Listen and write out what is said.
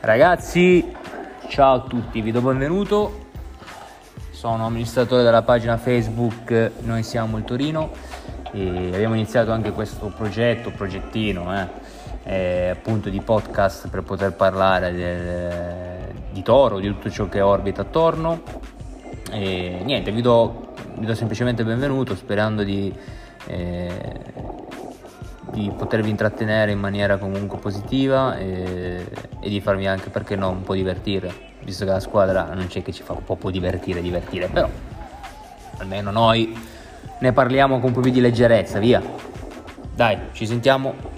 Ragazzi, ciao a tutti, vi do benvenuto. Sono amministratore della pagina Facebook Noi Siamo il Torino e abbiamo iniziato anche questo progettino appunto di podcast per poter parlare di Toro, di tutto ciò che orbita attorno. E niente, vi do semplicemente benvenuto, sperando di potervi intrattenere in maniera comunque positiva e di farvi anche, perché no, un po' divertire, visto che la squadra non c'è che ci fa proprio divertire, però almeno noi ne parliamo con un po' più di leggerezza, via. Dai, ci sentiamo